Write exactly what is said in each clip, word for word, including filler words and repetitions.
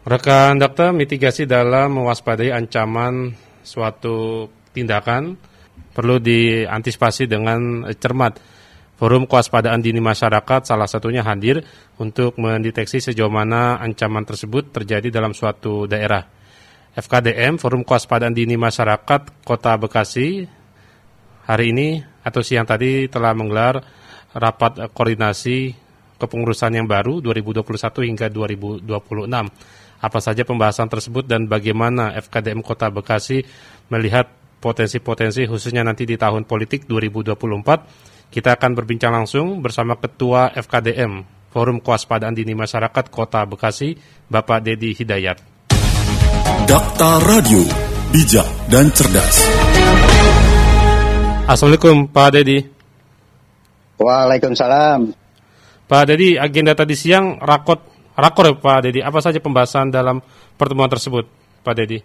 Rekan dokter, mitigasi dalam mewaspadai ancaman suatu tindakan perlu diantisipasi dengan cermat. Forum Kewaspadaan Dini Masyarakat salah satunya hadir untuk mendeteksi sejauh mana ancaman tersebut terjadi dalam suatu daerah. F K D M, Forum Kewaspadaan Dini Masyarakat Kota Bekasi, hari ini atau siang tadi telah menggelar rapat koordinasi kepengurusan yang baru dua ribu dua puluh satu hingga dua ribu dua puluh enam. Apa saja pembahasan tersebut dan bagaimana F K D M Kota Bekasi melihat potensi-potensi khususnya nanti di tahun politik dua ribu dua puluh empat. Kita akan berbincang langsung bersama Ketua F K D M Forum Kewaspadaan Dini Masyarakat Kota Bekasi, Bapak Dedi Hidayat. Dakta Radio, bijak dan cerdas. Assalamualaikum Pak Dedi. Waalaikumsalam. Pak Dedi, agenda tadi siang rakot Rakor ya Pak Dedi, apa saja pembahasan dalam pertemuan tersebut Pak Dedi?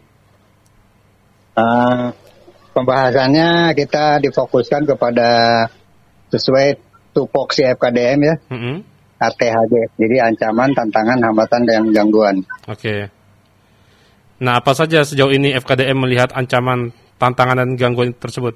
Uh, pembahasannya kita difokuskan kepada sesuai tupoksi F K D M ya, mm-hmm. A T H G, jadi ancaman, tantangan, hambatan, dan gangguan. Oke. Nah, apa saja sejauh ini F K D M melihat ancaman, tantangan, dan gangguan tersebut?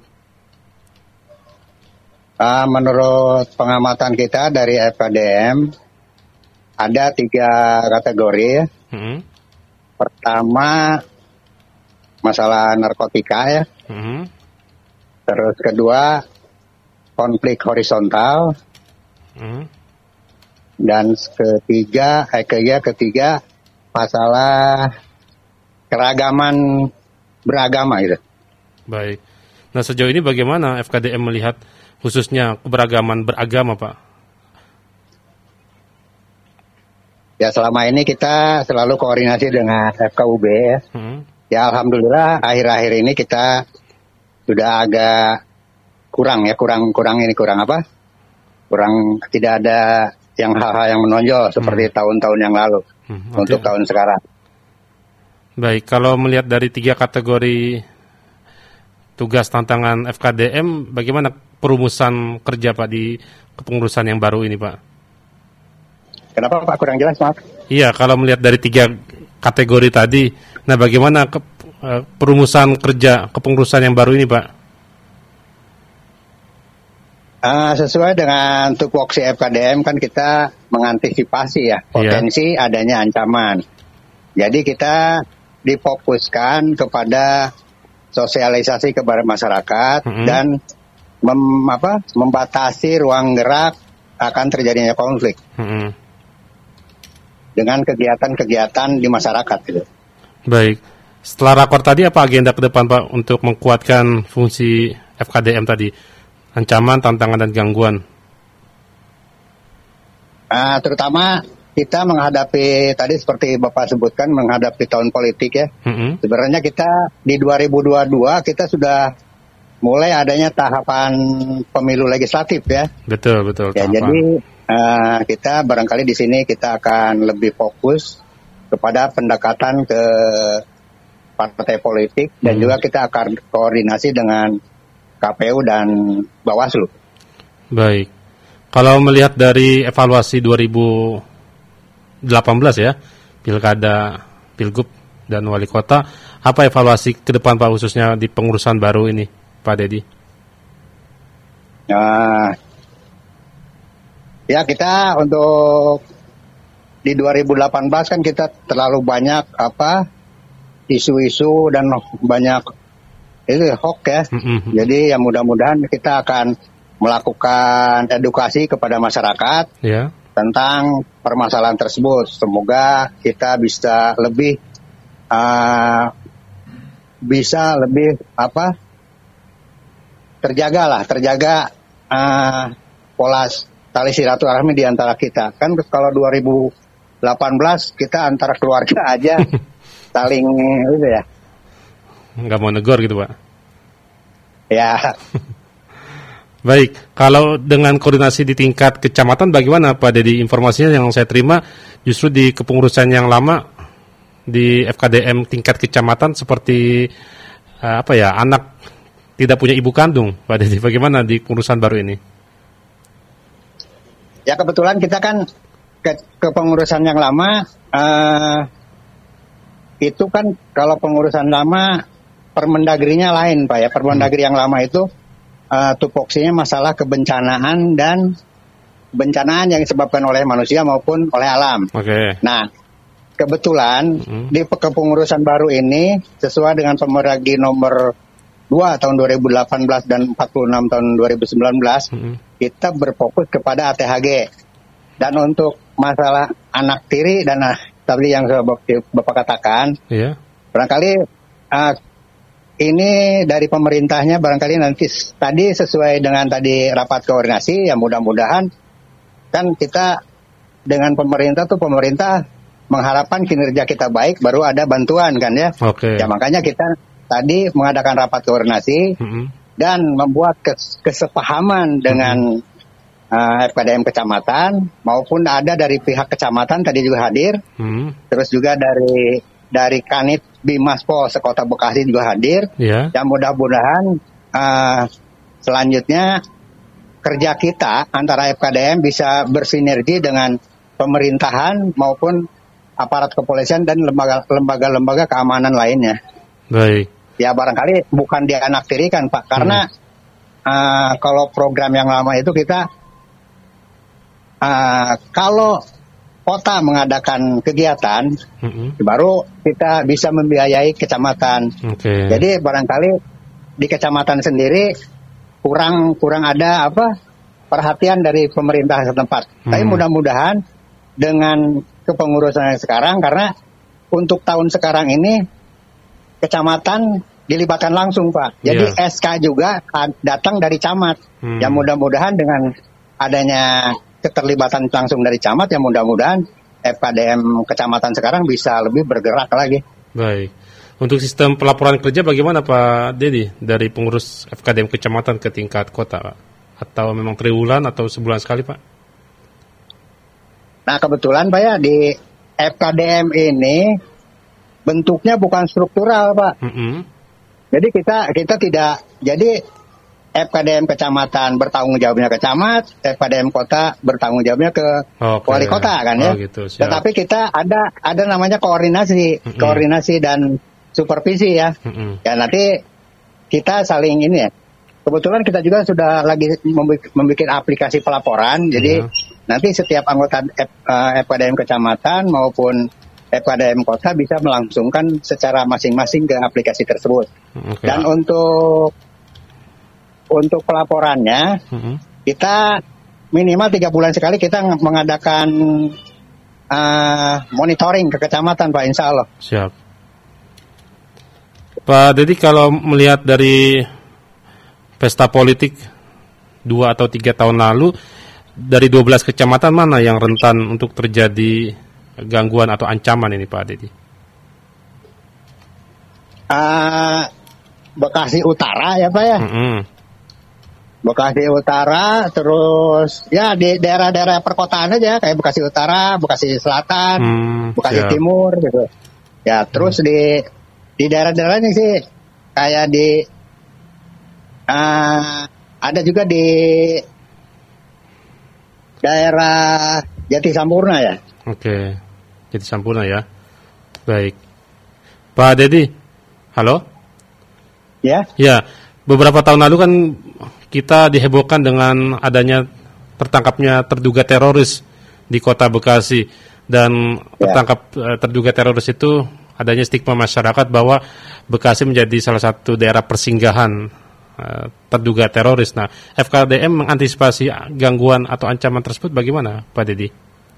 Uh, menurut pengamatan kita dari F K D M, ada tiga kategori. Mm-hmm. Pertama, masalah narkotika ya. Mm-hmm. Terus kedua, konflik horizontal. Mm-hmm. Dan ketiga, eh, ketiga, ketiga, masalah keragaman beragama gitu. Baik. Nah, sejauh ini bagaimana F K D M melihat khususnya keberagaman beragama, Pak? Ya, selama ini kita selalu koordinasi dengan F K U B ya. Hmm. Ya, alhamdulillah akhir-akhir ini kita sudah agak kurang ya, kurang kurang ini kurang apa? Kurang tidak ada yang hal-hal yang menonjol seperti hmm. tahun-tahun yang lalu hmm, untuk tahun sekarang. Baik, kalau melihat dari tiga kategori tugas tantangan F K D M, bagaimana perumusan kerja Pak di kepengurusan yang baru ini Pak? Kenapa Pak kurang jelas, maaf? Iya, kalau melihat dari tiga kategori tadi, nah bagaimana ke, uh, perumusan kerja kepengurusan yang baru ini, Pak? Uh, sesuai dengan tupoksi F K D M kan kita mengantisipasi ya potensi iya. adanya ancaman. Jadi kita difokuskan kepada sosialisasi kepada masyarakat mm-hmm. dan mem, apa, membatasi ruang gerak akan terjadinya konflik. Mm-hmm. Dengan kegiatan-kegiatan di masyarakat gitu. Baik. Setelah rakor tadi apa agenda ke depan Pak untuk menguatkan fungsi F K D M tadi? Ancaman, tantangan, dan gangguan. Uh, terutama kita menghadapi tadi seperti Bapak sebutkan menghadapi tahun politik ya. Mm-hmm. Sebenarnya kita di dua ribu dua puluh dua kita sudah mulai adanya tahapan pemilu legislatif ya. Betul, betul. Ya, tahapan. jadi Uh, kita barangkali di sini kita akan lebih fokus kepada pendekatan ke partai politik hmm. dan juga kita akan koordinasi dengan K P U dan Bawaslu. Baik. Kalau melihat dari evaluasi dua ribu delapan belas ya, Pilkada, Pilgub dan Wali Kota, apa evaluasi ke depan Pak khususnya di pengurusan baru ini, Pak Dedi? Nah, ya kita untuk di dua ribu delapan belas kan kita terlalu banyak apa isu-isu dan banyak itu hoax ya. Mm-hmm. Jadi ya mudah-mudahan kita akan melakukan edukasi kepada masyarakat yeah. tentang permasalahan tersebut. Semoga kita bisa lebih uh, bisa lebih apa terjaga lah, terjaga uh, pola tali silaturahmi di antara kita. Kan kalau dua ribu delapan belas kita antara keluarga aja saling itu ya. Nggak mau negor gitu Pak? Ya. Baik, kalau dengan koordinasi di tingkat kecamatan bagaimana Pak Dedi? Informasinya yang saya terima justru di kepengurusan yang lama di F K D M tingkat kecamatan seperti uh, apa ya, anak tidak punya ibu kandung Pak Dedi. Bagaimana di pengurusan baru ini? Ya kebetulan kita kan ke kepengurusan yang lama uh, itu kan kalau pengurusan lama Permendagrinya lain Pak ya. Permendagri yang lama itu uh, tupoksinya masalah kebencanaan dan bencanaan yang disebabkan oleh manusia maupun oleh alam. Oke. Okay. Nah, kebetulan hmm. di kepengurusan baru ini sesuai dengan Permendagri nomor dua tahun dua ribu delapan belas dan empat puluh enam tahun dua ribu sembilan belas, hmm. kita berfokus kepada A T H G. Dan untuk masalah anak tiri dan uh, tadi yang Bapak katakan, yeah. barangkali uh, ini dari pemerintahnya barangkali nanti tadi sesuai dengan tadi rapat koordinasi, ya mudah-mudahan kan kita dengan pemerintah tuh pemerintah mengharapkan kinerja kita baik baru ada bantuan kan ya. Oke. Okay. Ya makanya kita tadi mengadakan rapat koordinasi mm-hmm. dan membuat kes- kesepahaman dengan mm-hmm. uh, F K D M kecamatan maupun ada dari pihak kecamatan tadi juga hadir. Mm-hmm. Terus juga dari dari Kanit Bimaspo Sekota Bekasi juga hadir. Yeah. Dan mudah-mudahan uh, selanjutnya kerja kita antara F K D M bisa bersinergi dengan pemerintahan maupun aparat kepolisian dan lembaga-lembaga keamanan lainnya. Baik. Ya barangkali bukan dianaktirikan Pak, karena hmm. uh, kalau program yang lama itu kita uh, kalau kota mengadakan kegiatan, hmm. baru kita bisa membiayai kecamatan. Okay. Jadi barangkali di kecamatan sendiri kurang kurang ada apa perhatian dari pemerintah setempat. Hmm. Tapi mudah-mudahan dengan kepengurusan yang sekarang, karena untuk tahun sekarang ini kecamatan dilibatkan langsung Pak. Jadi yeah. S K juga datang dari camat. Hmm. Ya mudah-mudahan dengan adanya keterlibatan langsung dari camat, ya mudah-mudahan F K D M kecamatan sekarang bisa lebih bergerak lagi. Baik. Untuk sistem pelaporan kerja bagaimana Pak Dedi dari pengurus F K D M kecamatan ke tingkat kota Pak? Atau memang triwulan atau sebulan sekali Pak? Nah kebetulan Pak ya di F K D M ini bentuknya bukan struktural Pak. Mm-hmm. Jadi kita kita tidak jadi F K D M kecamatan bertanggung jawabnya ke camat, F K D M kota bertanggung jawabnya ke okay. wali kota kan ya. Oh, gitu, tetapi kita ada ada namanya koordinasi, mm-hmm. koordinasi dan supervisi ya. Mm-hmm. Ya nanti kita saling ini ya. Kebetulan kita juga sudah lagi membuat, membuat aplikasi pelaporan. Jadi mm-hmm. nanti setiap anggota F, uh, F K D M kecamatan maupun F K D M kota bisa melangsungkan secara masing-masing ke aplikasi tersebut. Okay. Dan untuk untuk pelaporannya mm-hmm. kita minimal tiga bulan sekali kita mengadakan uh, monitoring ke kecamatan Pak, insya Allah. Siap. Pak Dedi, kalau melihat dari pesta politik dua atau tiga tahun lalu, dari dua belas kecamatan mana yang rentan untuk terjadi gangguan atau ancaman ini Pak Dedi? Uh, Bekasi Utara ya Pak ya. Mm-hmm. Bekasi Utara, terus ya di daerah-daerah perkotaan aja kayak Bekasi Utara, Bekasi Selatan, hmm, Bekasi siap. Timur gitu. Ya terus hmm. di di daerah-daerahnya sih kayak di uh, ada juga di daerah Jati Sampurna ya. Oke, Jati Sampurna ya. Baik, Pak Dedi, halo. Ya. Ya, beberapa tahun lalu kan kita dihebohkan dengan adanya tertangkapnya terduga teroris di Kota Bekasi, dan tertangkap ya. terduga teroris itu adanya stigma masyarakat bahwa Bekasi menjadi salah satu daerah persinggahan uh, terduga teroris. Nah, F K D M mengantisipasi gangguan atau ancaman tersebut bagaimana, Pak Dedi?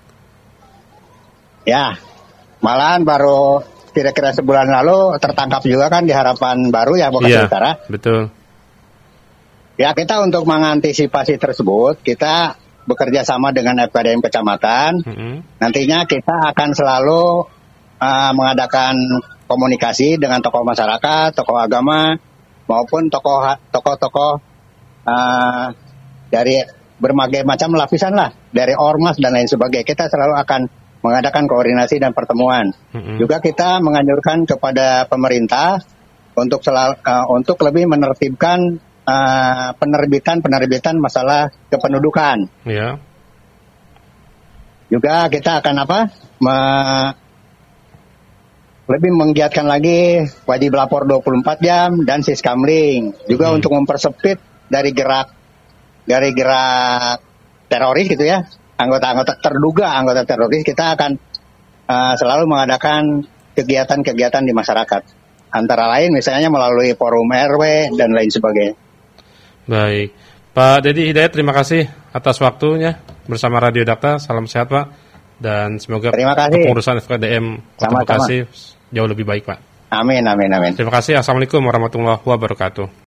Ya, malahan baru kira-kira sebulan lalu tertangkap juga kan di Harapan Baru ya Bekasi ya, Utara. Betul. Ya, kita untuk mengantisipasi tersebut, kita bekerja sama dengan F K D M kecamatan. Mm-hmm. Nantinya kita akan selalu uh, mengadakan komunikasi dengan tokoh masyarakat, tokoh agama, maupun tokoh tokoh-tokoh uh, dari berbagai macam lapisan lah, dari ormas dan lain sebagainya. Kita selalu akan mengadakan koordinasi dan pertemuan. Mm-hmm. Juga kita menganjurkan kepada pemerintah untuk selalu, uh, untuk lebih menertibkan Uh, penerbitan-penerbitan masalah kependudukan. Ya. Juga kita akan apa? Me- lebih menggiatkan lagi wajib lapor dua puluh empat jam dan siskamling juga hmm. untuk mempersempit dari gerak dari gerak teroris gitu ya, anggota-anggota terduga anggota teroris, kita akan uh, selalu mengadakan kegiatan-kegiatan di masyarakat, antara lain misalnya melalui forum R W dan lain sebagainya. Baik, Pak Dedi Hidayat, terima kasih atas waktunya bersama Radio Dakta. Salam sehat Pak, dan semoga kepengurusan F K D M Kota Bekasi jauh lebih baik Pak. Amin, amin, amin. Terima kasih. Assalamualaikum warahmatullahi wabarakatuh.